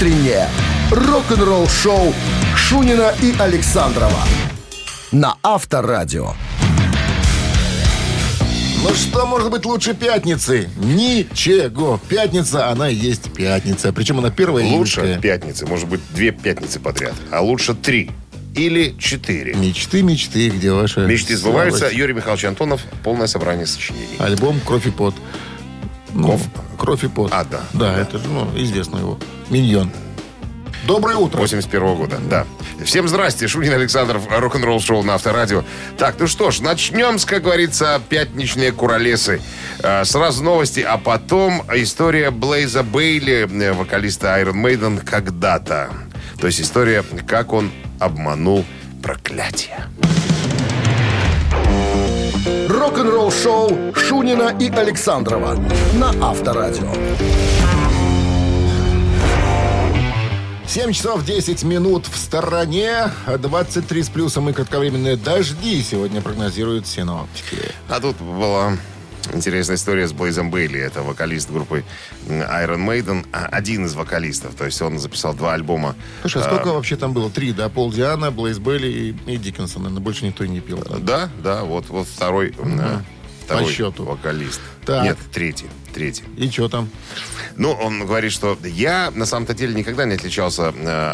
Утреннее рок-н-ролл-шоу Шунина и Александрова на Авторадио. Ну что может быть лучше пятницы? Ничего. Пятница, она и есть пятница. Причем она первая Лучше июльская. пятницы. Может быть, 2 пятницы подряд. А лучше 3. Или 4. Мечты, где ваша... Мечты сбываются. слабость? Юрий Михайлович Антонов. Полное собрание сочинений. Альбом «Кровь и пот». «Кровь и пот». А, да. Да, это же, известно его. «Миньон». Доброе утро. 81 года, да. Всем здрасте, Шунин Александров, рок-н-ролл шоу на Авторадио. Так, ну что ж, начнем с, как говорится, пятничные куролесы. Сразу новости, а потом история Блейза Бейли, вокалиста Iron Maiden, когда-то. То есть история, как он обманул проклятие. Рок-н-ролл-шоу Шунина и Александрова на Авторадио. 7 часов 10 минут в стороне. 23 с плюсом и кратковременные дожди сегодня прогнозируют синоптики. А тут была интересная история с Блейзом Бейли. Это вокалист группы Iron Maiden. Один из вокалистов. То есть он записал 2 альбома. Слушай, а сколько вообще там было? 3, да? Пол Диана, Блейз Бейли и Диккенсон. Наверное, больше никто и не пил. Да, вот второй, второй По счету. вокалист. Так. Нет, третий. И что там? Ну, он говорит, что я на самом-то деле никогда не отличался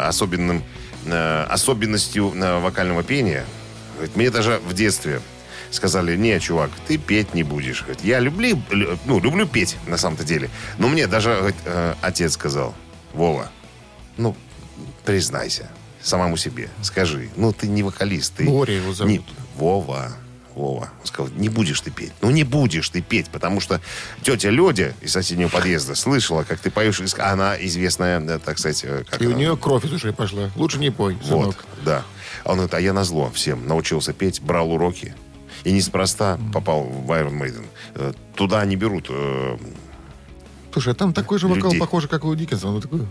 особенностью вокального пения. Говорит, мне даже в детстве сказали: не, чувак, ты петь не будешь. Говорит, я люблю петь на самом-то деле. Но мне даже, говорит, отец сказал: Вова, признайся самому себе, скажи, ты не вокалист. Ты Боря его зовут. Вова. Он сказал: не будешь ты петь. Не будешь ты петь, потому что тетя Лёдя из соседнего подъезда слышала, как ты поешь. Она известная, так сказать... И у нее кровь из ушей пошла. Лучше не пой, сынок. Вот, да. Он говорит, а я назло всем научился петь, брал уроки. И неспроста попал в Iron Maiden. Туда не берут... Слушай, а там такой же вокал, людей. похожий, как у Диккенсона. Он такой...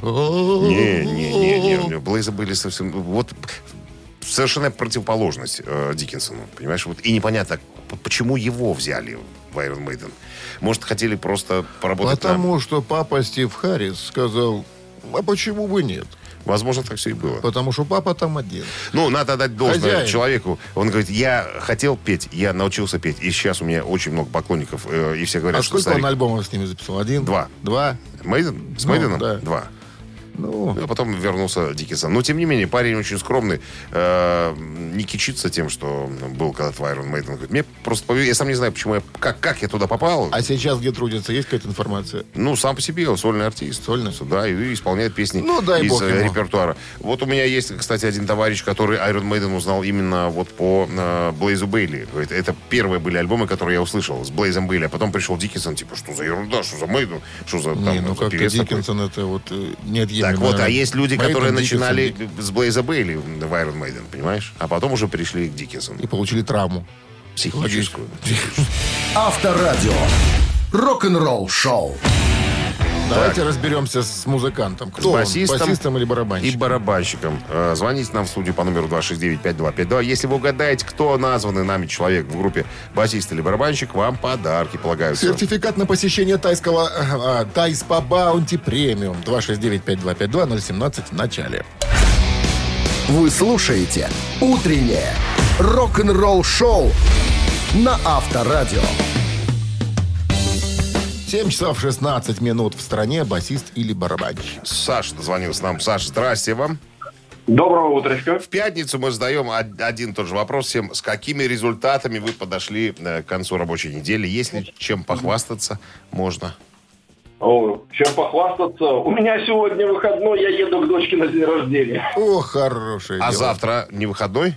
Не. Блейза были совсем... Вот совершенно противоположность Диккенсону, понимаешь? Вот, и непонятно, почему его взяли в Iron Maiden. Может, хотели просто поработать Потому что папа Стив Харрис сказал: а почему бы нет? Возможно, так все и было. Потому что папа там один. Надо отдать должное Хозяин. человеку. Он говорит, я хотел петь, я научился петь. И сейчас у меня очень много поклонников. И все говорят, А что сколько он альбомов с ними записал? 1? 2. 2? Мейден? С Мейденом? да. 2. А потом вернулся Диккенсон. Но, тем не менее, парень очень скромный. Не кичится тем, что был когда-то в Iron Maiden. Говорит, мне просто повезло. Я сам не знаю, почему как я туда попал. А сейчас где трудится? Есть какая-то информация? Сам по себе он сольный артист. Сольный? Да, и исполняет песни дай из бог ему. репертуара. Вот у меня есть, кстати, один товарищ, который Iron Maiden узнал именно вот по Блейзу Бейли. Говорит, это первые были альбомы, которые я услышал с Блейзом Бейли. А потом пришел Диккенсон, что за ерунда, что за Мейден, что за как-то певец Диккенсон такой. это вот неотъемлемо. Так вот, а есть люди, Мейден, которые Диккенсон, начинали с Блейза Бейли в Iron Maiden, понимаешь? А потом уже пришли к Диккенсону. И получили травму. Психическую. Авторадио. Рок-н-ролл шоу. Давайте разберемся с музыкантом. Кто С басистом, он? Басистом или барабанщиком? И барабанщиком. Звоните нам в студию по номеру 269-5252. Если вы угадаете, кто названный нами человек в группе басист или барабанщик, вам подарки полагаются. Сертификат на посещение Тайс по Баунти премиум. 269-5252-017 в начале. Вы слушаете «Утреннее рок-н-ролл-шоу» на Авторадио. 7 часов 16 минут в стране. Басист или барабанщик? Саша дозвонился нам. Саша, здрасте вам. Доброго утречка. В пятницу мы задаем один и тот же вопрос всем. С какими результатами вы подошли к концу рабочей недели? Если чем похвастаться, можно. Чем похвастаться? У меня сегодня выходной, я еду к дочке на день рождения. О, хорошее А дело. завтра не выходной?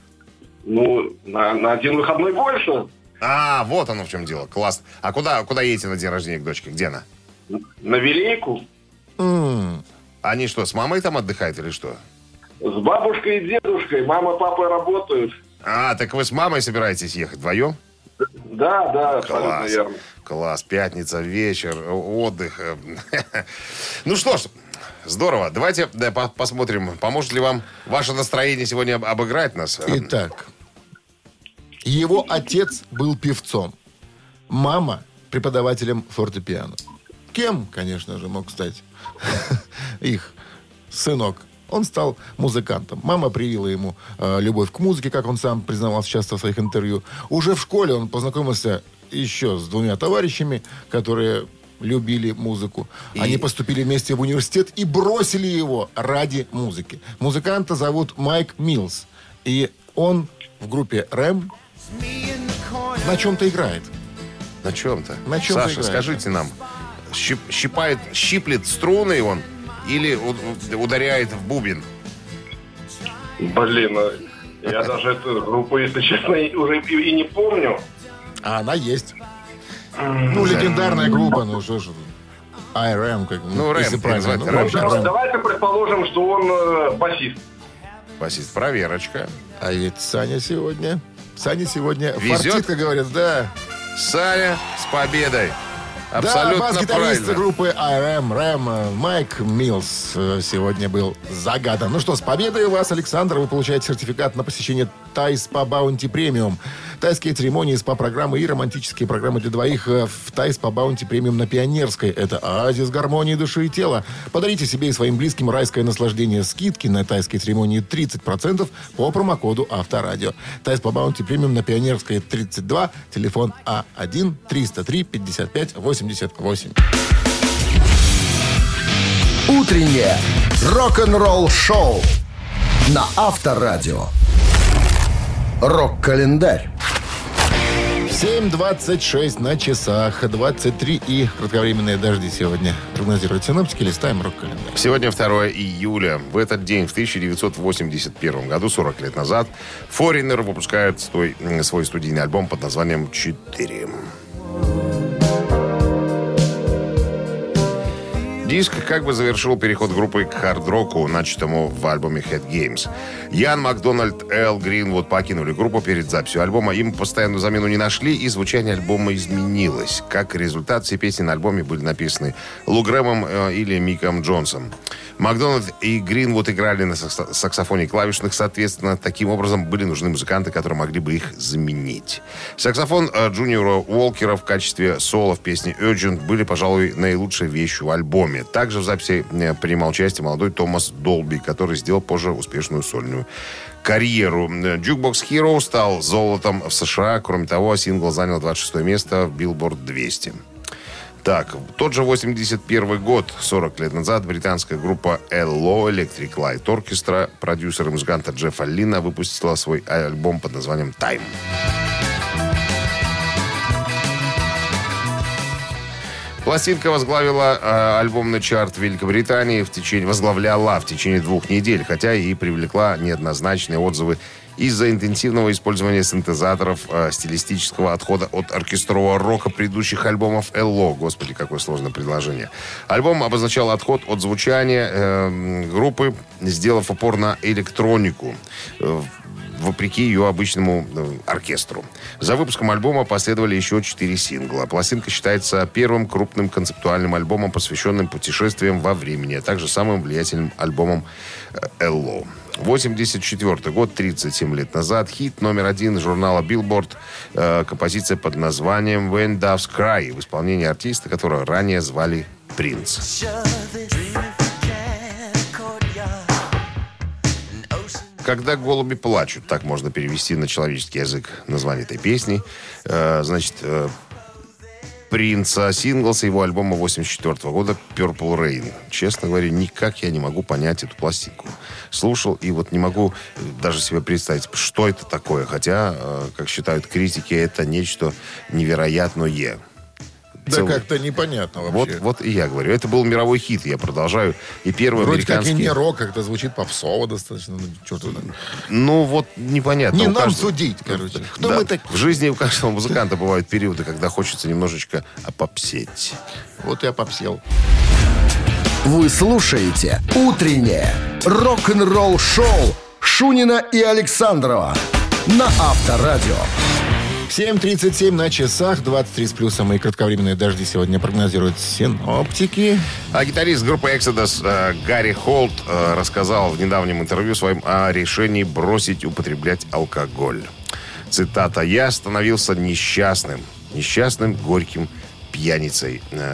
На один выходной больше. Вот оно в чем дело. Класс. А куда едете на день рождения к дочке? Где она? На Вилейку. Они что, с мамой там отдыхают или что? С бабушкой и дедушкой. Мама, папа работают. Так вы с мамой собираетесь ехать вдвоем? Да, абсолютно Класс. верно. Класс. Пятница, вечер, отдых. Ну что ж, здорово. Давайте посмотрим, поможет ли вам ваше настроение сегодня обыграть нас. Итак, его отец был певцом. Мама преподавателем фортепиано. Кем, конечно же, мог стать их сынок. Он стал музыкантом. Мама привила ему любовь к музыке, как он сам признавался часто в своих интервью. Уже в школе он познакомился еще с 2 товарищами, которые любили музыку. Они поступили вместе в университет и бросили его ради музыки. Музыканта зовут Майк Милс. И он в группе Рэм на чем-то играет. На чем-то? На чем-то Саша, играет. Скажите нам, щиплет струны он или ударяет в бубен? Блин, я даже эту группу, если честно, уже и не помню. А она есть. Ну, легендарная группа, ну что ж. IRM, как Ну, если Рэм, правильно. называется Ну, Рэм. вообще, Рэм. Давайте предположим, что он басист. Басист, проверочка. А ведь Саня сегодня Везет? фартит, как говорят, да. Саня, с победой. Да, Абсолютно бас-гитарист правильно. группы IRM, Рэм, Майк Милс сегодня был загадан. Ну что, с победой вас, Александр. Вы получаете сертификат на посещение Thai Spa Bounty Premium. Тайские церемонии, СПА-программы и романтические программы для двоих в Thai Spa Bounty Premium на Пионерской. Это оазис гармонии души и тела. Подарите себе и своим близким райское наслаждение. Скидки на тайские церемонии 30% по промокоду Авторадио. Thai Spa Bounty Premium на Пионерской 32, телефон А1-303-55-88. Утреннее рок-н-ролл-шоу на Авторадио. Рок-календарь. 7:26 на часах, 23 и кратковременные дожди сегодня прогнозируют синоптики. Листаем рок-календарь. Сегодня 2 июля. В этот день, в 1981 году, 40 лет назад, Foreigner выпускают свой студийный альбом под названием «4». Диск как бы завершил переход группы к хард-року, начатому в альбоме Head Games. Ян Макдональд и Эл Гринвуд покинули группу перед записью альбома. Им постоянную замену не нашли, и звучание альбома изменилось. Как результат, все песни на альбоме были написаны Лу Грэмом или Миком Джонсом. Макдональд и Гринвуд играли на саксофоне и клавишных, соответственно, таким образом были нужны музыканты, которые могли бы их заменить. Саксофон Джуниора Уолкера в качестве соло в песне Urgent были, пожалуй, наилучшей вещью в альбоме. Также в записи принимал участие молодой Томас Долби, который сделал позже успешную сольную карьеру. Jukebox Hero стал золотом в США. Кроме того, сингл занял 26 место в Billboard 200. Так, тот же 81 год, 40 лет назад, британская группа L.O. Electric Light Orchestra, продюсер и музыканта Джеффа Лина, выпустила свой альбом под названием «Time». Пластинка возглавила альбомный чарт Великобритании возглавляла в течение 2 недель, хотя и привлекла неоднозначные отзывы из-за интенсивного использования синтезаторов, стилистического отхода от оркестрового рока предыдущих альбомов L.O. Господи, какое сложное предложение. Альбом обозначал отход от звучания группы, сделав упор на электронику, вопреки ее обычному оркестру. За выпуском альбома последовали еще 4 сингла. Пластинка считается первым крупным концептуальным альбомом, посвященным путешествиям во времени, а также самым влиятельным альбомом L.O. 1984 год, 37 лет назад, хит номер 1 журнала Billboard, композиция под названием «When Doves Cry» в исполнении артиста, которого ранее звали Принц. «Когда голуби плачут», так можно перевести на человеческий язык название этой песни. Значит, Принца, сингл с его альбома 1984 года «Purple Rain». Честно говоря, никак я не могу понять эту пластинку. Слушал и вот не могу даже себе представить, что это такое. Хотя, как считают критики, это нечто невероятное. Да как-то непонятно вообще. Вот и я говорю. Это был мировой хит, я продолжаю. И первый Вроде американский... как и не рок, как-то звучит попсово достаточно. Ну вот непонятно. Не У нам каждого- судить, короче. Кто Да. мы такие? В жизни у каждого музыканта бывают периоды, когда хочется немножечко опопсеть. Вот я попсел. Вы слушаете «Утреннее рок-н-ролл-шоу» Шунина и Александрова на Авторадио. 7:37 на часах, 23 с плюсом и кратковременные дожди сегодня прогнозируют синоптики. А гитарист группы Exodus Гарри Холт рассказал в недавнем интервью своим о решении бросить употреблять алкоголь. Цитата: «Я становился несчастным, горьким пьяницей».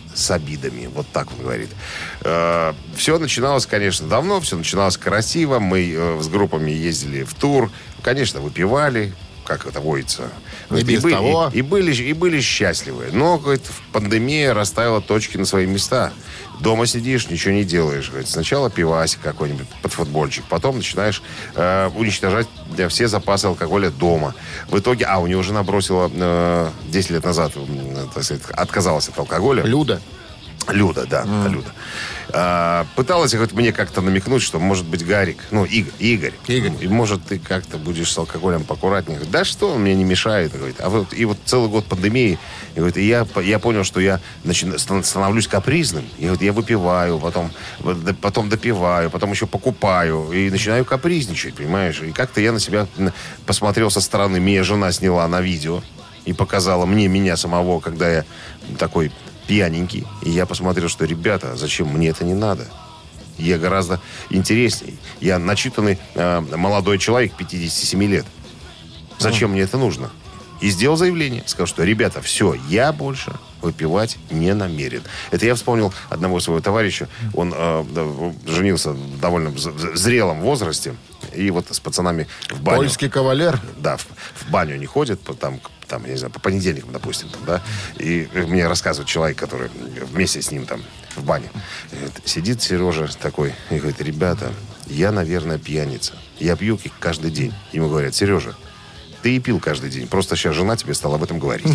с обидами. Вот так он говорит. Все начиналось, конечно, давно, все начиналось красиво. Мы с группами ездили в тур. Конечно, выпивали, как это водится. Не без того. И были счастливы. Но, говорит, пандемия расставила точки на свои места. Дома сидишь, ничего не делаешь. Говорит, сначала пивасик какой-нибудь под футбольчик, потом начинаешь уничтожать все запасы алкоголя дома. В итоге, у него жена бросила 10 лет назад, так сказать, отказалась от алкоголя. Люда, да, Люда. Пыталась, говорит, мне как-то намекнуть, что, может быть, Гарик, Игорь. И, может, ты как-то будешь с алкоголем поаккуратнее. Говорит, да что, он мне не мешает. Говорит, и вот целый год пандемии, и, говорит, я понял, что я становлюсь капризным. И, говорит, я выпиваю, потом допиваю, потом еще покупаю. И начинаю капризничать, понимаешь? И как-то я на себя посмотрел со стороны. Меня жена сняла на видео и показала меня самого, когда я такой пьяненький. И я посмотрел, что, ребята, зачем мне это не надо? Я гораздо интересней. Я начитанный молодой человек, 57 лет. Зачем мне это нужно? И сделал заявление. Сказал, что, ребята, все, я больше выпивать не намерен. Это я вспомнил одного своего товарища. Он женился в довольно зрелом возрасте. И вот с пацанами в баню. Польский кавалер. Да, в баню не ходит, там, я не знаю, по понедельникам, допустим, там, да, и мне рассказывает человек, который вместе с ним там в бане. Сидит Сережа такой и говорит, ребята, я, наверное, пьяница. Я пью каждый день. Ему говорят, Сережа, ты и пил каждый день. Просто сейчас жена тебе стала об этом говорить.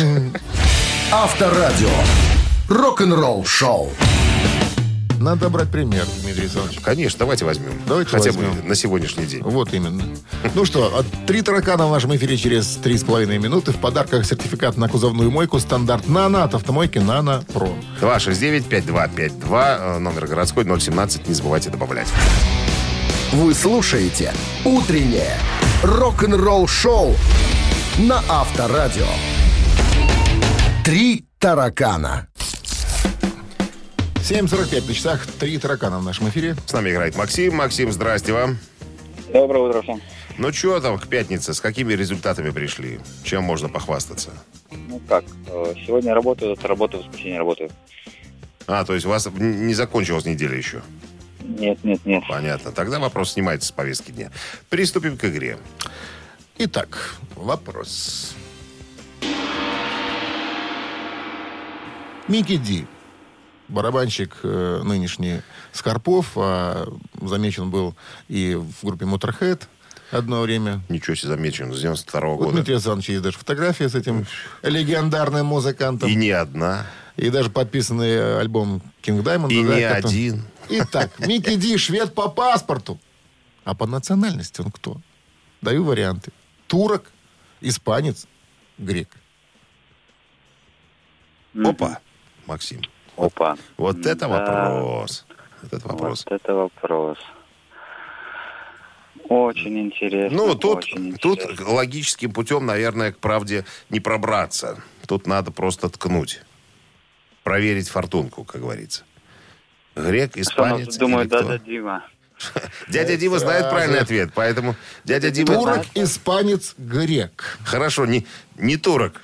Авторадио. Рок-н-ролл шоу. Надо брать пример, Дмитрий Александрович. Конечно, давайте возьмем. Хотя бы на сегодняшний день. Вот именно. Ну что, 3 таракана в нашем эфире через 3,5 минуты. В подарках сертификат на кузовную мойку стандарт «Нано» от автомойки «Нано Про». 269-5252, номер городской, 017, не забывайте добавлять. Вы слушаете «Утреннее рок-н-ролл-шоу» на Авторадио. 3 таракана. 7:45 на часах, 3 таракана в нашем эфире. С нами играет Максим. Максим, здрасте вам. Доброе утро всем. Ну что там к пятнице, с какими результатами пришли? Чем можно похвастаться? Ну как, сегодня работаю, завтра работаю, в воскресенье работаю. То есть у вас не закончилась неделя еще? Нет. Понятно. Тогда вопрос снимается с повестки дня. Приступим к игре. Итак, вопрос. Микки Ди. Барабанщик нынешний Скорпов, замечен был и в группе Motorhead одно время. Ничего себе, замечен, с 92-го года. У Дмитрия Александровича есть даже фотография с этим легендарным музыкантом. И не одна. И даже подписанный альбом King Diamond. И не один. Итак, Микки Ди швед по паспорту. А по национальности он кто? Даю варианты. Турок, испанец, грек. Опа, Максим. Опа. Вот это вопрос. Вот это вопрос. Очень интересно. Ну, тут логическим путем, наверное, к правде не пробраться. Тут надо просто ткнуть. Проверить фортунку, как говорится. Грек, испанец. Думаю, кто? дядя Дима. Дядя Дима знает правильный ответ, поэтому дядя Дима... Турок, испанец, грек. Хорошо, не турок.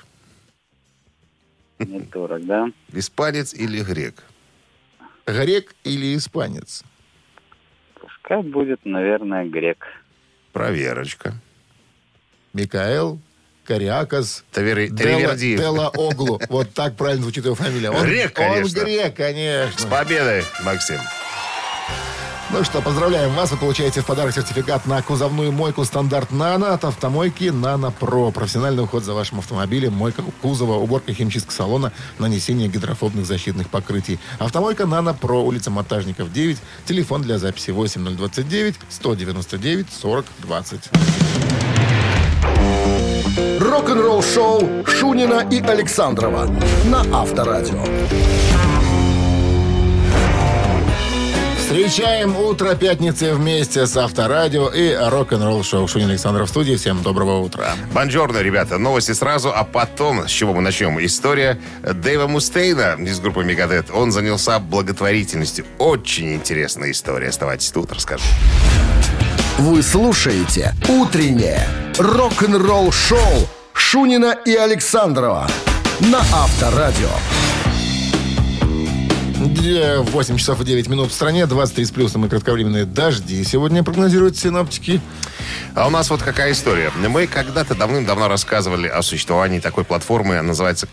Не турок, да? Испанец или грек? Грек или испанец? Пускай будет, наверное, грек. Проверочка. Микаэл Кариакас Таривердиев. Делаоглу. Вот так правильно звучит его фамилия. Грек, конечно. Он грек, конечно. С победой, Максим. Ну что, поздравляем вас. Вы получаете в подарок сертификат на кузовную мойку стандарт «Нано» от автомойки «Нано Про». Профессиональный уход за вашим автомобилем, мойка кузова, уборка, химчистка салона, нанесение гидрофобных защитных покрытий. Автомойка «Нано Про», улица Монтажников, 9. Телефон для записи 8029 199 40 20. Рок-н-ролл-шоу Шунина и Александрова на Авторадио. Встречаем утро пятницы вместе с Авторадио и рок-н-ролл-шоу Шунин Александров в студии. Всем доброго утра. Бонжорно, ребята. Новости сразу, а потом, с чего мы начнем? История Дэйва Мустейна из группы Мегадет. Он занялся благотворительностью. Очень интересная история. Оставайтесь тут, расскажу. Вы слушаете «Утреннее рок-н-ролл-шоу» Шунина и Александрова на Авторадио. 8 часов и 9 минут в стране, 23 с плюсом и кратковременные дожди. Сегодня прогнозируют синоптики. А у нас вот какая история. Мы когда-то давным-давно рассказывали о существовании такой платформы, она называется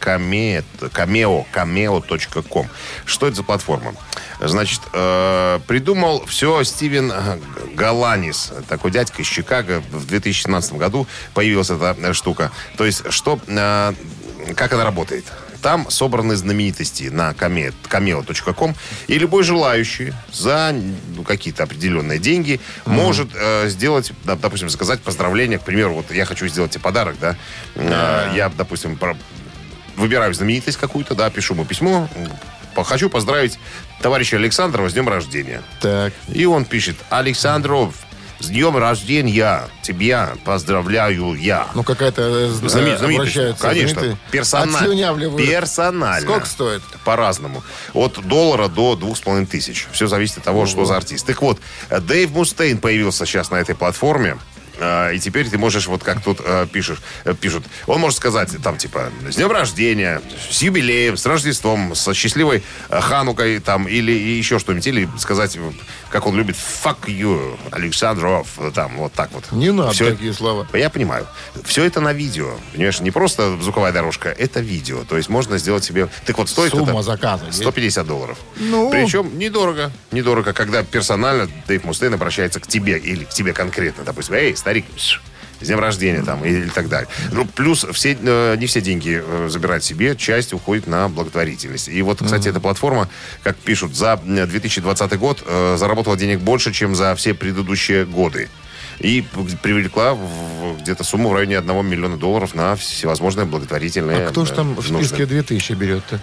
cameo.com. Что это за платформа? Значит, придумал все Стивен Галанис, такой дядька из Чикаго. В 2017 году появилась эта штука. То есть, как она работает? Там собраны знаменитости на cameo.com, и любой желающий за какие-то определенные деньги может сделать, допустим, заказать поздравление. К примеру, вот я хочу сделать тебе подарок, да? Я, допустим, выбираю знаменитость какую-то, да, пишу ему письмо. Хочу поздравить товарища Александрова с днем рождения. Так. И он пишет: Александров, с днем рождения тебя поздравляю я. Ну, какая-то обращается. Конечно. Персонально. Сколько стоит? По-разному. От $1 до 2500. Все зависит от того, что за артист. Так вот, Дэйв Мустейн появился сейчас на этой платформе. И теперь ты можешь, вот как тут пишут, он может сказать, там, типа, с днем рождения, с юбилеем, с Рождеством, со счастливой Ханукой, там, или еще что-нибудь, или сказать, как он любит, fuck you, Александров, там, вот так вот. Не надо все такие слова. Я понимаю. Все это на видео, понимаешь, не просто звуковая дорожка, это видео, то есть можно сделать себе... Так вот, стоит сумма это заказа $150. Ну. Причем недорого, когда персонально Дэйв Мустейн обращается к тебе, или к тебе конкретно, допустим, эй, старик, с днем рождения там или так далее. Ну, плюс не все деньги забирать себе, часть уходит на благотворительность. И вот, кстати, эта платформа, как пишут, за 2020 год заработала денег больше, чем за все предыдущие годы. И привлекла где-то сумму в районе $1 миллиона на всевозможные благотворительные. А кто же там в списке 2000 берет-то?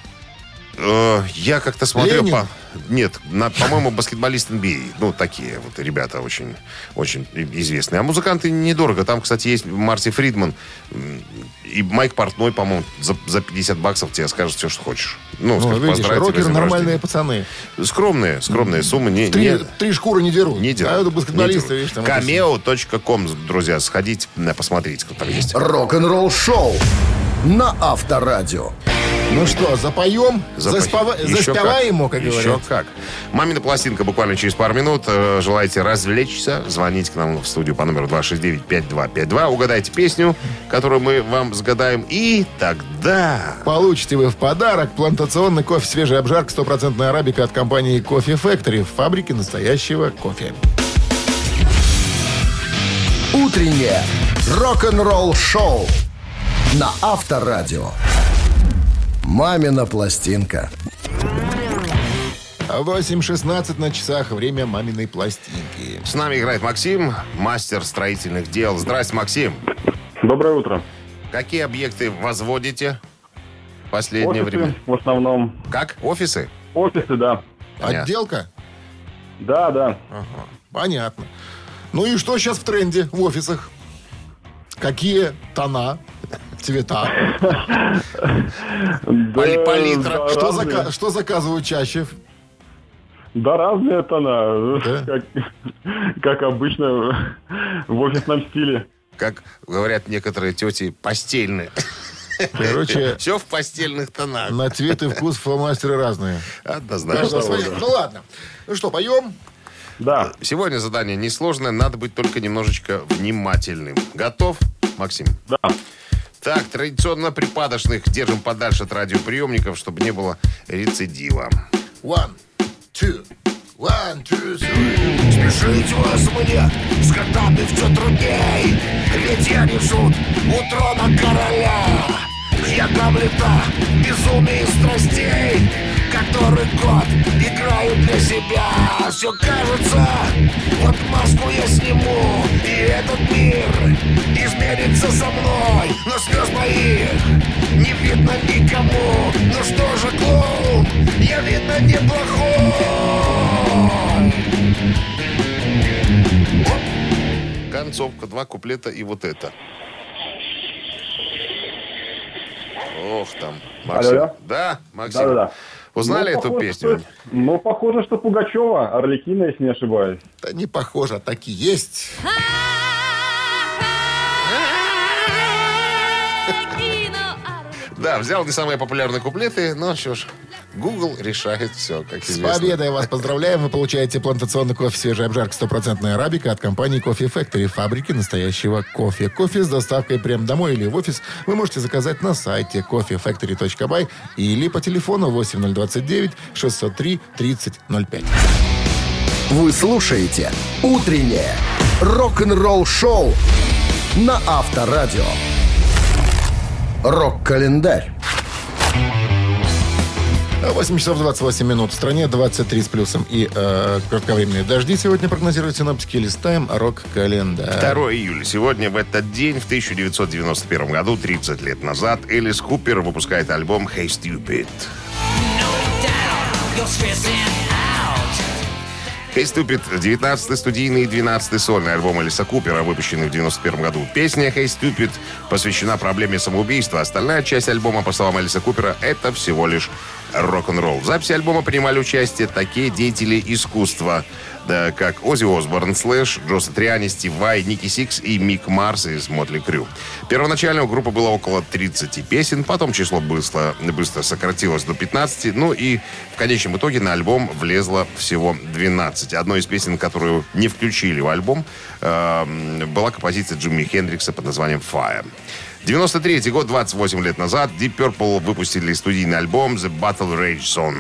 Я как-то смотрел... Ленин? Нет, по-моему, баскетболист NBA. Ну, такие вот ребята очень, очень известные. А музыканты недорого. Там, кстати, есть Марти Фридман и Майк Портной, по-моему, за $50 тебе скажут все, что хочешь. Ну, скажешь, видишь, поздравить тебя с рокеры днем нормальные рождения. пацаны. Скромные суммы. Три шкуры не дерут. Не дерут. А это баскетболисты, видишь, там... Cameo.com, друзья, сходите, посмотрите, кто там есть. Рок-н-ролл шоу на Авторадио. Ну что, запоем? Заспеваем ему, как говорят. Еще как. «Мамина пластинка» буквально через пару минут. Желаете развлечься? Звоните к нам в студию по номеру 269-5252. Угадайте песню, которую мы вам сгадаем. И тогда... Получите вы в подарок плантационный кофе «Свежая обжарка», 100% арабика от компании «Кофе Factory», фабрики настоящего кофе. Утреннее рок-н-ролл шоу на Авторадио. «Мамина пластинка». 8:16 на часах. Время маминой пластинки. С нами играет Максим, мастер строительных дел. Здрасте, Максим. Доброе утро. Какие объекты возводите в последнее Офисы время? в основном. Как? Офисы? Офисы, да. Понятно. Отделка? Да. Ага, понятно. Ну и что сейчас в тренде в офисах? Какие тона, цвета? Палитра. Что заказывают чаще? Да, разные тона. Да? Как обычно в офисном стиле. Как говорят некоторые тети, постельные. Короче, Все в постельных тонах. на цвет и вкус фломастеры разные. Однозначно. Ну ладно. Ну что, поем? Да. Сегодня задание несложное, надо быть только немножечко внимательным. Готов, Максим? Да. Так, традиционно припадочных держим подальше от радиоприемников, чтобы не было рецидива. 1, 2, 1, 2, 3. Спешить вас мне с годами все трудней, ведь я несу у трона короля. Я гамлета безумия и страстей, который год играю для себя. Все кажется, вот маску я сниму, и этот мир измерится со мной. Но слез моих не видно никому. Ну что же, клоун, я видно неплохой. Концовка, 2 куплета и вот это. Ох, там, Максим. Алло. Да, Максим. Да. Узнали Ну, эту похоже, песню? что- похоже, что Пугачева, Арлекино, если не ошибаюсь. Да не похоже, а таки есть. Да, взял не самые популярные куплеты, но что ж, Google решает все, как С известно. победой вас поздравляем. Вы получаете плантационный кофе «Свежая обжарка» 100% арабика от компании Coffee Factory, фабрики настоящего кофе. Кофе с доставкой прямо домой или в офис вы можете заказать на сайте coffeefactory.by или по телефону 8029 603 3005. Вы слушаете «Утреннее рок-н-ролл-шоу» на Авторадио. Рок-календарь. 8 часов 28 минут. В стране 23 с плюсом. И кратковременные дожди сегодня прогнозируют синоптики. Листаем рок-календарь. 2 июля. Сегодня в этот день, в 1991 году, 30 лет назад, Элис Купер выпускает альбом «Hey Stupid». «Hey Stupid» — 19-й студийный и 12-й сольный альбом Элиса Купера, выпущенный в 91 году. Песня «Hey Stupid» посвящена проблеме самоубийства. Остальная часть альбома, по словам Элиса Купера, это всего лишь рок-н-ролл. В записи альбома принимали участие такие деятели искусства, да, как Оззи Осборн, Слэш, Джо Сатриани, Стив Vai, Ники Сикс и Мик Марс из Мотли Крю. Первоначально у группы было около 30 песен, потом число быстро сократилось до 15, ну и в конечном итоге на альбом влезло всего 12. Одной из песен, которую не включили в альбом, была композиция Джимми Хендрикса под названием «Fire». 93-й год, 28 лет назад, Deep Purple выпустили студийный альбом «The Battle Rage Zone».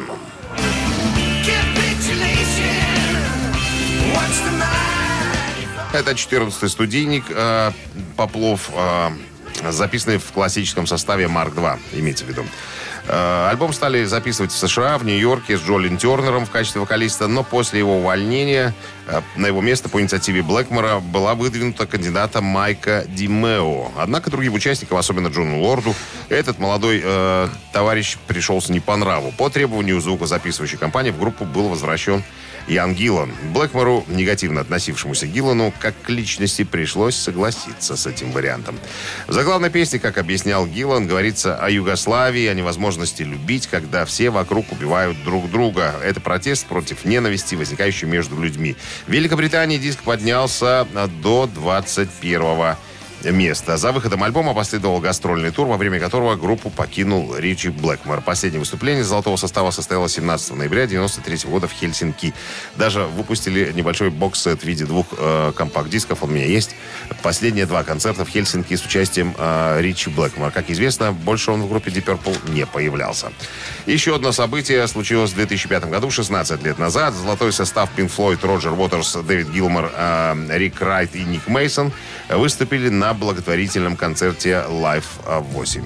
Это 14-й студийник Поплов, записанный в классическом составе Mark II, имейте в виду. Альбом стали записывать в США, в Нью-Йорке с Джолин Тернером в качестве вокалиста, но после его увольнения на его место по инициативе Блэкмора была выдвинута кандидата Майка Ди Мео. Однако другим участникам, особенно Джону Лорду, этот молодой товарищ пришелся не по нраву. По требованию звукозаписывающей компании в группу был возвращен Ян Гиллан. Блэкмору, негативно относившемуся к Гиллану, как к личности, пришлось согласиться с этим вариантом. В заглавной песне, как объяснял Гиллан, говорится о Югославии, о невозможности любить, когда все вокруг убивают друг друга. Это протест против ненависти, возникающей между людьми. В Великобритании диск поднялся до 21-го места. За выходом альбома последовал гастрольный тур, во время которого группу покинул Ричи Блэкмор. Последнее выступление золотого состава состоялось 17 ноября 1993 года в Хельсинки. Даже выпустили небольшой бокс-сет в виде 2 компакт-дисков. Он у меня есть. Последние 2 концерта в Хельсинки с участием Ричи Блэкмор. Как известно, больше он в группе Deep Purple не появлялся. Еще одно событие случилось в 2005 году, 16 лет назад. Золотой состав Pink Floyd, Роджер Уотерс, Дэвид Гилмор, Рик Райт и Ник Мейсон выступили на благотворительном концерте Live 8.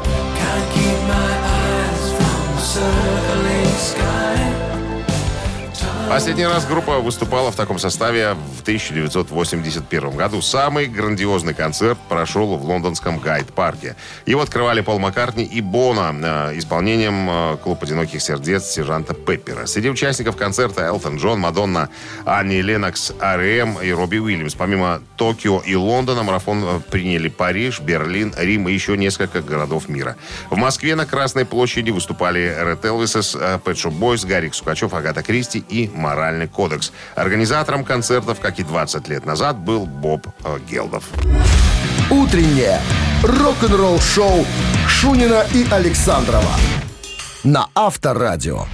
Последний раз группа выступала в таком составе в 1981 году. Самый грандиозный концерт прошел в лондонском Гайд-парке. Его открывали Пол Маккартни и Боно исполнением «Клуб одиноких сердец» сержанта Пеппера. Среди участников концерта Элтон Джон, Мадонна, Анни Леннокс, R.E.M. и Робби Уильямс. Помимо Токио и Лондона марафон приняли Париж, Берлин, Рим и еще несколько городов мира. В Москве на Красной площади выступали Ред Элвисес, Pet Shop Boys, Гарик Сукачев, Агата Кристи и «Моральный кодекс». Организатором концертов, как и 20 лет назад, был Боб Гелдов. Утреннее рок-н-ролл-шоу Шунина и Александрова на Авторадио.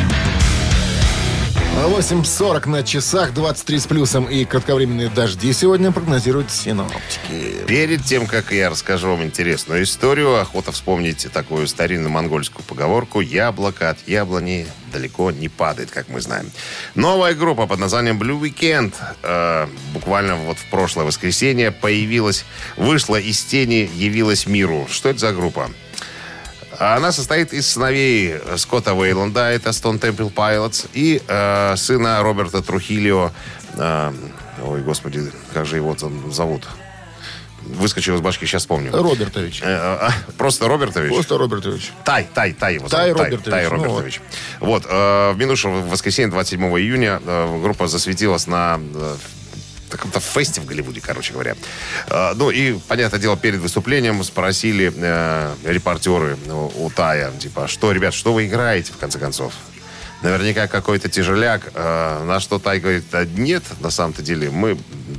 8:40 на часах, 23 с плюсом и кратковременные дожди сегодня прогнозируют синоптики. Перед тем, как я расскажу вам интересную историю, охота вспомнить такую старинную монгольскую поговорку: «Яблоко от яблони далеко не падает», как мы знаем. Новая группа под названием Blue Weekend буквально вот в прошлое воскресенье вышла из тени, явилась миру. Что это за группа? Она состоит из сыновей Скотта Вейланда, это Stone Temple Pilots, и сына Роберта Трухильо. Ой, господи, как же его там зовут? Выскочил из башки, сейчас вспомню. Робертович. Просто Робертович? Просто Робертович. Тай его зовут. Тай Робертович. Вот, в минувшем воскресенье, 27 июня, группа засветилась на каком-то фесте в Голливуде, короче говоря. Ну и, понятное дело, перед выступлением спросили репортеры у Тая, типа, что, ребят, что вы играете, в конце концов? Наверняка какой-то тяжеляк. На что Тай говорит: нет, на самом-то деле мы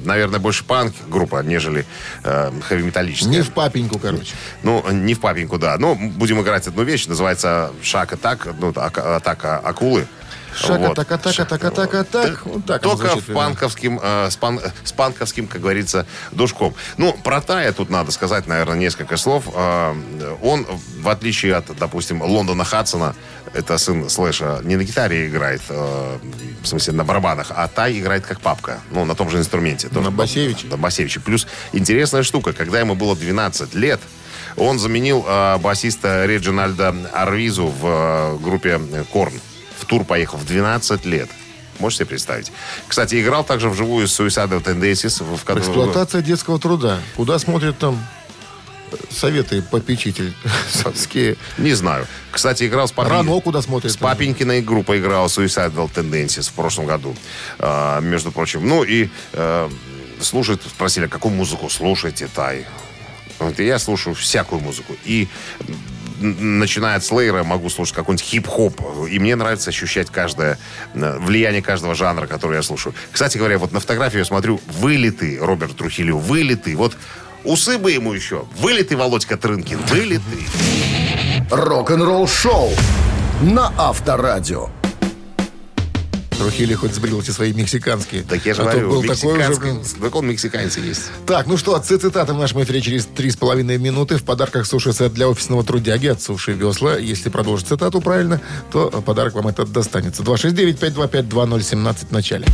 наверное, больше панк-группа, нежели хэви-металлическая. Не в папеньку, короче. Ну, не в папеньку, да. Но будем играть одну вещь, называется «Шаг-атак», ну, атака акулы. Шаг, Вот. атак. Вот так оно Только звучит, с панковским, как говорится, душком. Ну, про Тая тут надо сказать, наверное, несколько слов. Он, в отличие от, допустим, Лондона Хадсона, это сын Слэша, не на гитаре играет, в смысле, на барабанах, а Тай играет как папка. Ну, на том же инструменте. На басевиче. На басевиче. Плюс интересная штука, когда ему было 12 лет, он заменил басиста Реджинальда Арвизу в группе Корн. В тур поехал в 12 лет. Можете себе представить? Кстати, играл также вживую с Suicidal Tendencies. Эксплуатация детского труда. Куда смотрят там советы попечительские? Не знаю. Кстати, играл с Рано куда смотрят? С папенькиной группой играл Suicidal Tendencies в прошлом году. Между прочим. Ну и слушает, спросили, какую музыку слушаете, Тай? Вот, и я слушаю всякую музыку. И начиная от Слэйра, могу слушать какой-нибудь хип-хоп. И мне нравится ощущать влияние каждого жанра, который я слушаю. Кстати говоря, вот на фотографии я смотрю, вылитый Роберт Трухилио, вылитый. Вот усы бы ему еще. Вылитый Володька Трынкин, вылитый. Рок-н-ролл шоу на Авторадио. Трухили хоть сбрил эти свои мексиканские. Так я же А то говорю, был такой уже, так он мексиканец есть. Так, ну что, цитаты в нашем эфире через 3,5 минуты. В подарках суши-сет для офисного трудяги от Суши Весла. Если продолжить цитату правильно, то подарок вам этот достанется. 269-525-2017 в начале.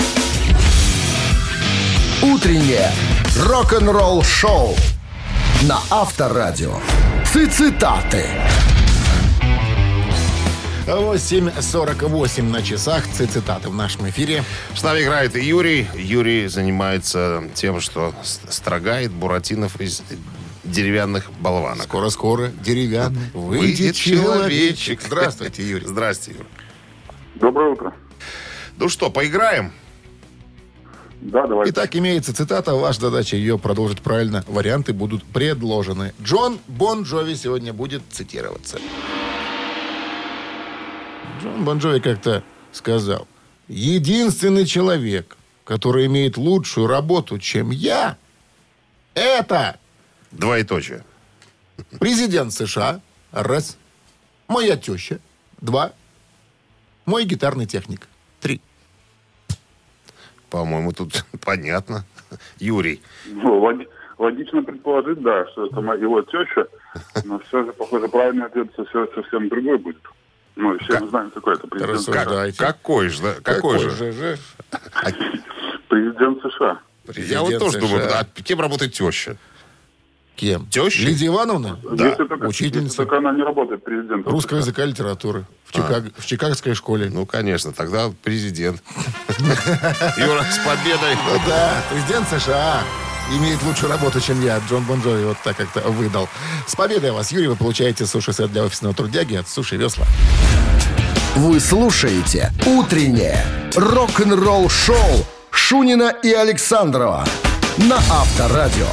Утреннее рок-н-ролл шоу на Авторадио. Цитаты. 8:48 на часах. Цитаты в нашем эфире. С нами играет Юрий. Юрий занимается тем, что строгает буратинов из деревянных болванок. Скоро-скоро деревянный выйдет человечек. Здравствуйте, Юрий. Здравствуйте, Юрий. Доброе утро. Ну что, поиграем? Да, давайте. Итак, имеется цитата. Ваша задача ее продолжить правильно. Варианты будут предложены. Джон Бон Джови сегодня будет цитироваться. Джон Бон Джови как-то сказал: единственный человек, который имеет лучшую работу, чем я, это Двоеточие. президент США, раз, моя теща, два, мой гитарный техник, три. По-моему, тут понятно. Юрий. Ну, логично предположить, да, что это его теща, но все же, похоже, правильный ответ совсем другой будет. Ну, и все мы знаем, какой это президент США. Рассуждайте. Какой же? Президент США. Я вот тоже думаю, а кем работает теща? Кем? Теща? Лидия Ивановна? Если только, Учительница. если только она не работает президентом. Русского языка и литературы. В Чикагской школе. Ну, конечно, тогда президент. Юра, с победой. Ну да, президент США имеет лучшую работу, чем я. Джон Бон Джови вот так как-то выдал. С победой вас, Юрий, вы получаете суши-сет для офисного трудяги от Суши Весла. Вы слушаете «Утреннее рок-н-ролл-шоу» Шунина и Александрова на Авторадио.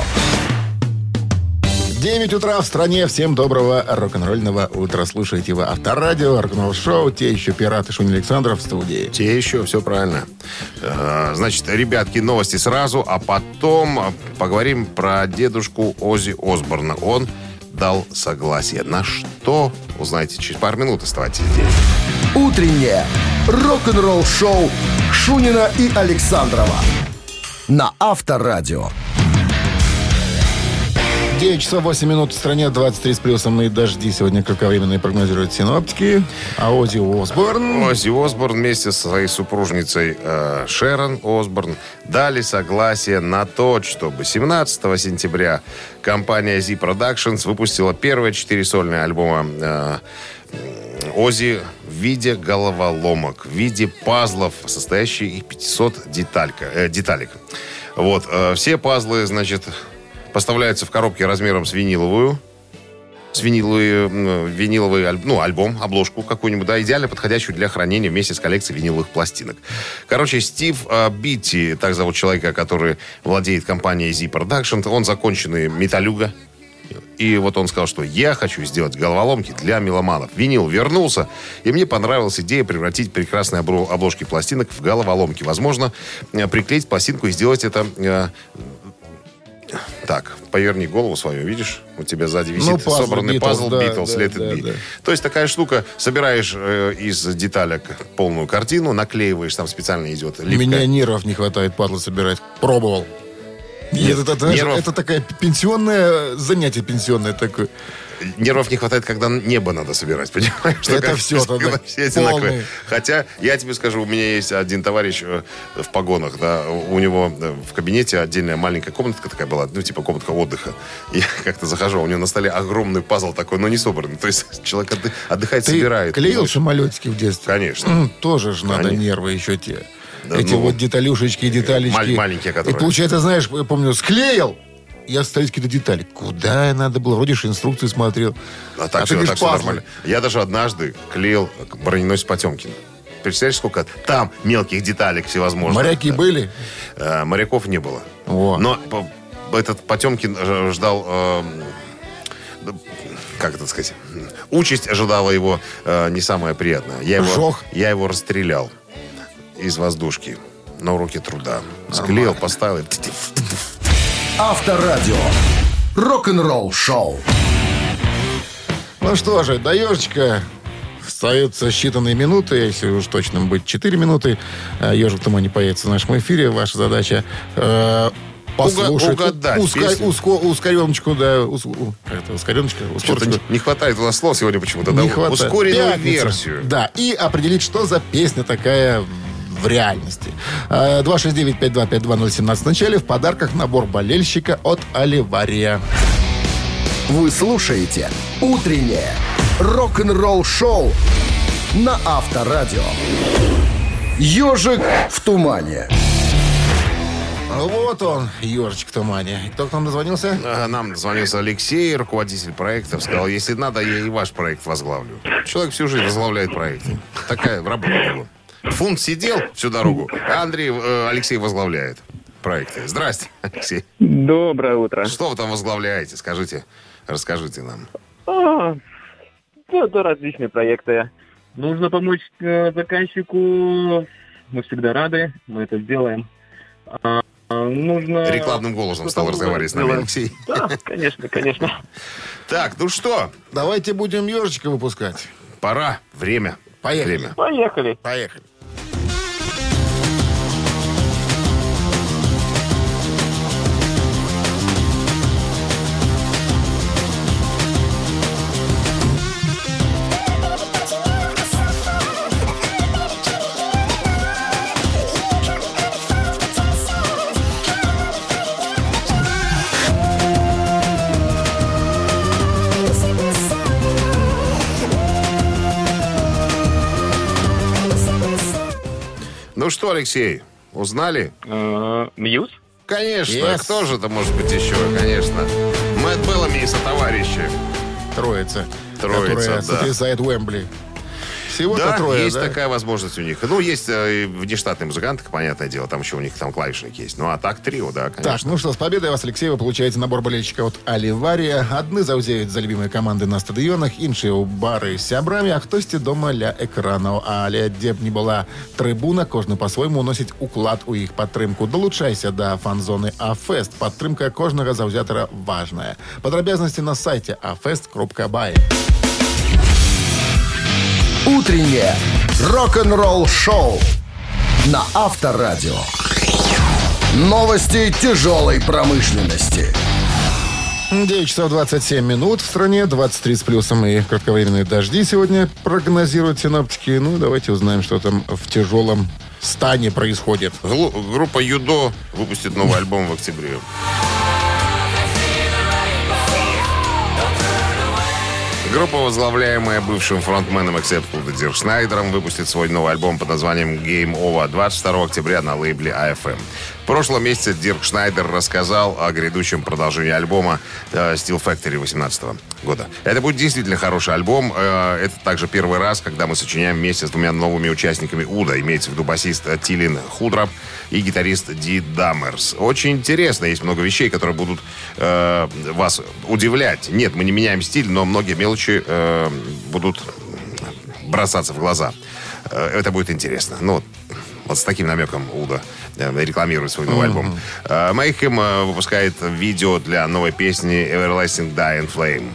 9 утра в стране. Всем доброго рок-н-ролльного утра. Слушайте вы Авторадио, рок-н-ролл шоу. Те еще пираты. Шунин Александров в студии. Те еще, все правильно. Значит, ребятки, новости сразу, а потом поговорим про дедушку Оззи Осборна. Он дал согласие. На что? Узнаете через пару минут. Оставайтесь здесь. Утреннее рок-н-ролл-шоу Шунина и Александрова на Авторадио. 9 часов 8 минут в стране, 23 с плюсом и дожди. Сегодня кратковременные прогнозируют синоптики. А Оззи Осборн... Оззи Осборн вместе со своей супружницей Шерон Осборн дали согласие на то, чтобы 17 сентября компания Z Productions выпустила первые 4 сольные альбома Оззи в виде головоломок, в виде пазлов, состоящих из 500 деталек. Вот. Все пазлы, значит, поставляются в коробке размером с виниловый альбом, обложку какую-нибудь, да, идеально подходящую для хранения вместе с коллекцией виниловых пластинок. Короче, Стив Битти, так зовут человека, который владеет компанией Z Production, он законченный металлюга. головоломки. И вот он сказал, что я хочу сделать головоломки для меломанов. Винил вернулся, и мне понравилась идея превратить прекрасные обложки пластинок в головоломки. Возможно, приклеить пластинку и сделать это... Так, поверни голову свою, видишь? У тебя сзади висит собранный пазл Beatles, Let It Be. То есть такая штука, собираешь из деталек полную картину, наклеиваешь, там специально идет липкая. Меня нервов не хватает пазлы собирать. Пробовал. Это такое пенсионное занятие, пенсионное такое. Нервов не хватает, когда небо надо собирать, понимаешь? Это все тогда все одинаковые. Хотя, я тебе скажу, у меня есть один товарищ в погонах, да, у него в кабинете отдельная маленькая комнатка такая была, ну, типа комнатка отдыха. Я как-то захожу, у него на столе огромный пазл такой, но не собранный. То есть человек отдыхает, собирает. Ты клеил самолетики в детстве? Конечно. Тоже же надо нервы еще те. Да, эти вот деталюшечки, деталечки. Маленькие, которые... И получается, знаешь, я помню, склеил, и остались какие-то детали. Куда надо было? Вроде же инструкции смотрел. А так все нормально. Я даже однажды клеил броненосец Потемкин. Представляешь, сколько там мелких деталек всевозможных. Моряки были? Моряков не было. О. Но этот Потемкин ждал... как это сказать? Участь ожидала его не самая приятная. Я его расстрелял из воздушки на уроке труда. Склеил, поставил. Авторадио. Рок-н-ролл шоу. Ну что же, до ежечка остаются считанные минуты, если уж точным быть 4 минуты. Ежик в тумане появится в нашем эфире. Ваша задача послушать. Угадать ускореночку, да. Ускореночка. Что-то не хватает у нас слов сегодня почему-то. Не хватает. Ускоренную версию. Да, и определить, что за песня такая в реальности. 269-5252017 в начале. В подарках набор болельщика от Оливария. Вы слушаете «Утреннее рок-н-ролл-шоу» на Авторадио. «Ежик в тумане». Вот он, ежичек в тумане. Кто к нам дозвонился? Нам дозвонился Алексей, руководитель проектов. Сказал, если надо, я и ваш проект возглавлю. Человек всю жизнь возглавляет проекты. Такая работа у него. Фунт сидел всю дорогу, а Алексей возглавляет проекты. Здрасте, Алексей. Доброе утро. Что вы там возглавляете? Скажите, расскажите нам. Это различные проекты. Нужно помочь заказчику. Мы всегда рады, мы это сделаем. Нужно... Рекламным голосом стал разговаривать с нами Алексей. Да, конечно. Так, ну что? Давайте будем ежичка выпускать. Пора. Время. Поехали. Поехали. Ну что, Алексей, узнали? Мьюз? Конечно. Yes. Кто же это может быть еще? Конечно. Мэтт Беллами и сотоварищи. Троица, да. сотрясает Уэмбли. Всего-то да, трое, есть такая возможность у них. Ну, есть внештатные музыканты, понятное дело. Там еще у них там клавишник есть. Ну, а так трио, да, конечно. Так, ну что, с победой вас, Алексей, вы получаете набор болельщика от Оливария. Одни завзеють за любимые команды на стадионах, інші у бари з сябрами, а хтось дома ля екрану. Але де б ні була трибуна, кожен по-своєму вносить уклад у їх підтримку. Долучайся до фан-зони АФест. Підтримка кожного завзятора важная. Подробязности на сайте afest.by. Утреннее рок-н-ролл-шоу на Авторадио. Новости тяжелой промышленности. 9 часов 27 минут в стране, 23 с плюсом и кратковременные дожди сегодня прогнозируют синоптики. Ну, давайте узнаем, что там в тяжелом стане происходит. Группа Юдо выпустит новый альбом в октябре. Группа, возглавляемая бывшим фронтменом Accepted Дирк Шнайдером, выпустит свой новый альбом под названием Game Over 22 октября на лейбле AFM. В прошлом месяце Дирк Шнайдер рассказал о грядущем продолжении альбома Steel Factory 2018 года. Это будет действительно хороший альбом. Это также первый раз, когда мы сочиняем вместе с двумя новыми участниками Уда. Имеется в виду басист Тилин Худраб и гитарист Ди Даммерс. Очень интересно. Есть много вещей, которые будут вас удивлять. Нет, мы не меняем стиль, но многие мелочи будут бросаться в глаза. Это будет интересно. Ну, вот с таким намеком Уда рекламирует свой новый альбом. Mayhem выпускает видео для новой песни Everlasting Dying Flame.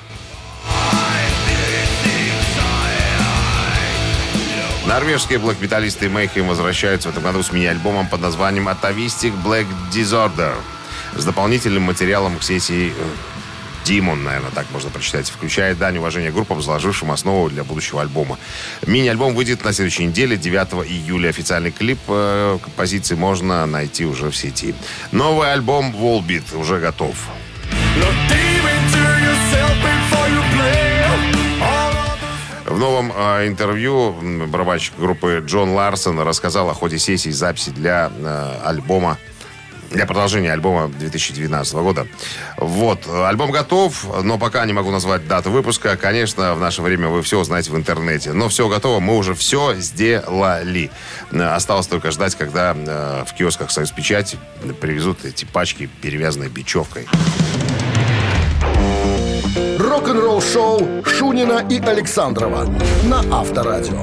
Норвежские блэк-металлисты Mayhem возвращаются в этом году с мини-альбомом под названием Atavistic Black Disorder с дополнительным материалом к сессии Demon, наверное, так можно прочитать, включая дань уважения группам, заложившим основу для будущего альбома. Мини-альбом выйдет на следующей неделе, 9 июля. Официальный клип композиции можно найти уже в сети. Новый альбом Volbeat уже готов. В новом интервью барабанщик группы Джон Ларсон рассказал о ходе сессии записи для продолжения альбома 2012 года. Вот, альбом готов, но пока не могу назвать дату выпуска. Конечно, в наше время вы все узнаете в интернете. Но все готово, мы уже все сделали. Осталось только ждать, когда в киосках «Союзпечать» привезут эти пачки, перевязанные бечевкой. Рок-н-ролл шоу Шунина и Александрова на Авторадио.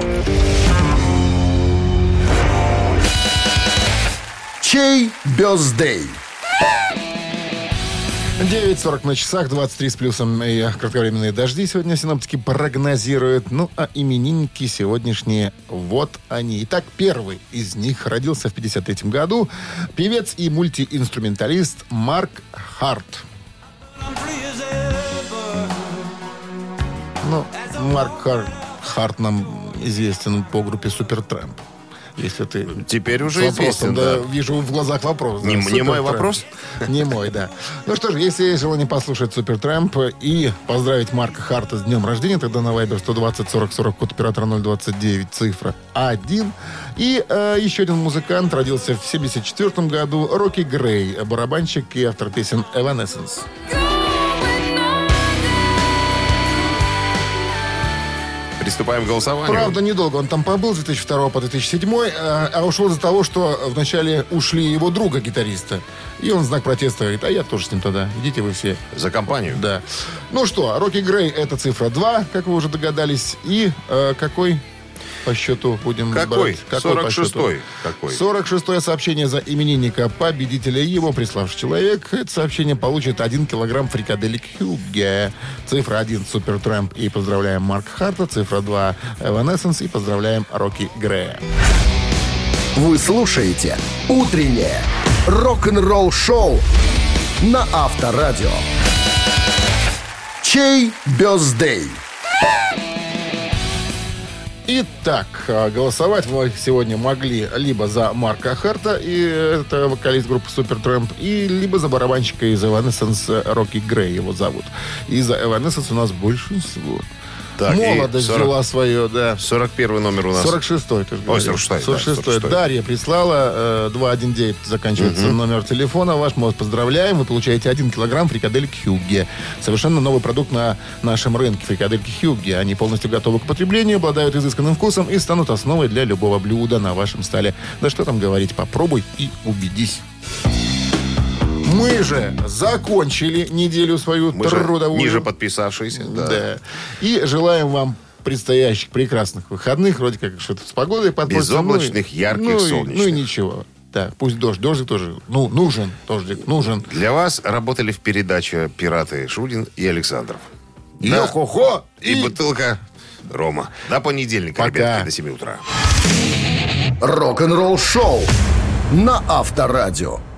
Чей бёздей? 9:40 на часах, 23 с плюсом и кратковременные дожди сегодня синоптики прогнозируют. Ну, а именинники сегодняшние, вот они. Итак, первый из них родился в 1953 году. Певец и мультиинструменталист Марк Харт. Ну, Марк Харт нам известен по группе Супертрамп. Если ты теперь уже известен, да. Вижу в глазах вопрос. Да, не мой вопрос? Не мой, да. Ну что ж, если есть желание послушать Супертрамп и поздравить Марка Харта с днем рождения, тогда на Viber 120 40 40, код оператора 029, цифра 1. И еще один музыкант родился в 1974 году, Рокки Грей, барабанщик и автор песен Evanescence. Приступаем к голосованию. Правда, недолго он там побыл, с 2002 по 2007, а ушел из-за того, что вначале ушли его друга-гитариста. И он в знак протеста говорит, а я тоже с ним тогда. Идите вы все. За компанию? Да. Ну что, Рокки Грей — это цифра 2, как вы уже догадались. И какой по счету будем брать? Какой 46-й. Какой? 46-е сообщение за именинника победителя. Его приславший человек. Это сообщение получит 1 килограмм фрикаделек Хьюге. Цифра 1 Супертрамп и поздравляем Марка Харта. Цифра 2 Evanescence и поздравляем Рокки Грея. Вы слушаете «Утреннее рок-н-ролл-шоу» на Авторадио. Чей бёздей? Итак, голосовать вы сегодня могли либо за Марка Харта, и это вокалист группы Супертрамп, и либо за барабанщика из Evanescence Рокки Грей, его зовут. И за Evanescence у нас большинство. Так, молодость взяла свое, да. 41 номер у нас. 46-й, ты же говоришь. 46-й. Да, Дарья прислала, 219 заканчивается номер телефона ваш. Мы вас поздравляем. Вы получаете 1 килограмм фрикадельки Хьюге. Совершенно новый продукт на нашем рынке. Фрикадельки Хьюге. Они полностью готовы к употреблению, обладают изысканным вкусом и станут основой для любого блюда на вашем столе. Да что там говорить, попробуй и убедись. Мы же закончили неделю свою трудовую. Ниже подписавшиеся. Да. И желаем вам предстоящих прекрасных выходных. Вроде как что-то с погодой подпортится. Безоблачных, ярких, солнечных. Ну и ничего. Да, пусть дождь. Дождик тоже. Ну, нужен. Дождик нужен. Для вас работали в передаче «Пираты» Шунин и Александров. Йо-хо-хо! И бутылка рома. До понедельника, пока. ребятки, до 7 утра. Рок-н-ролл шоу на Авторадио.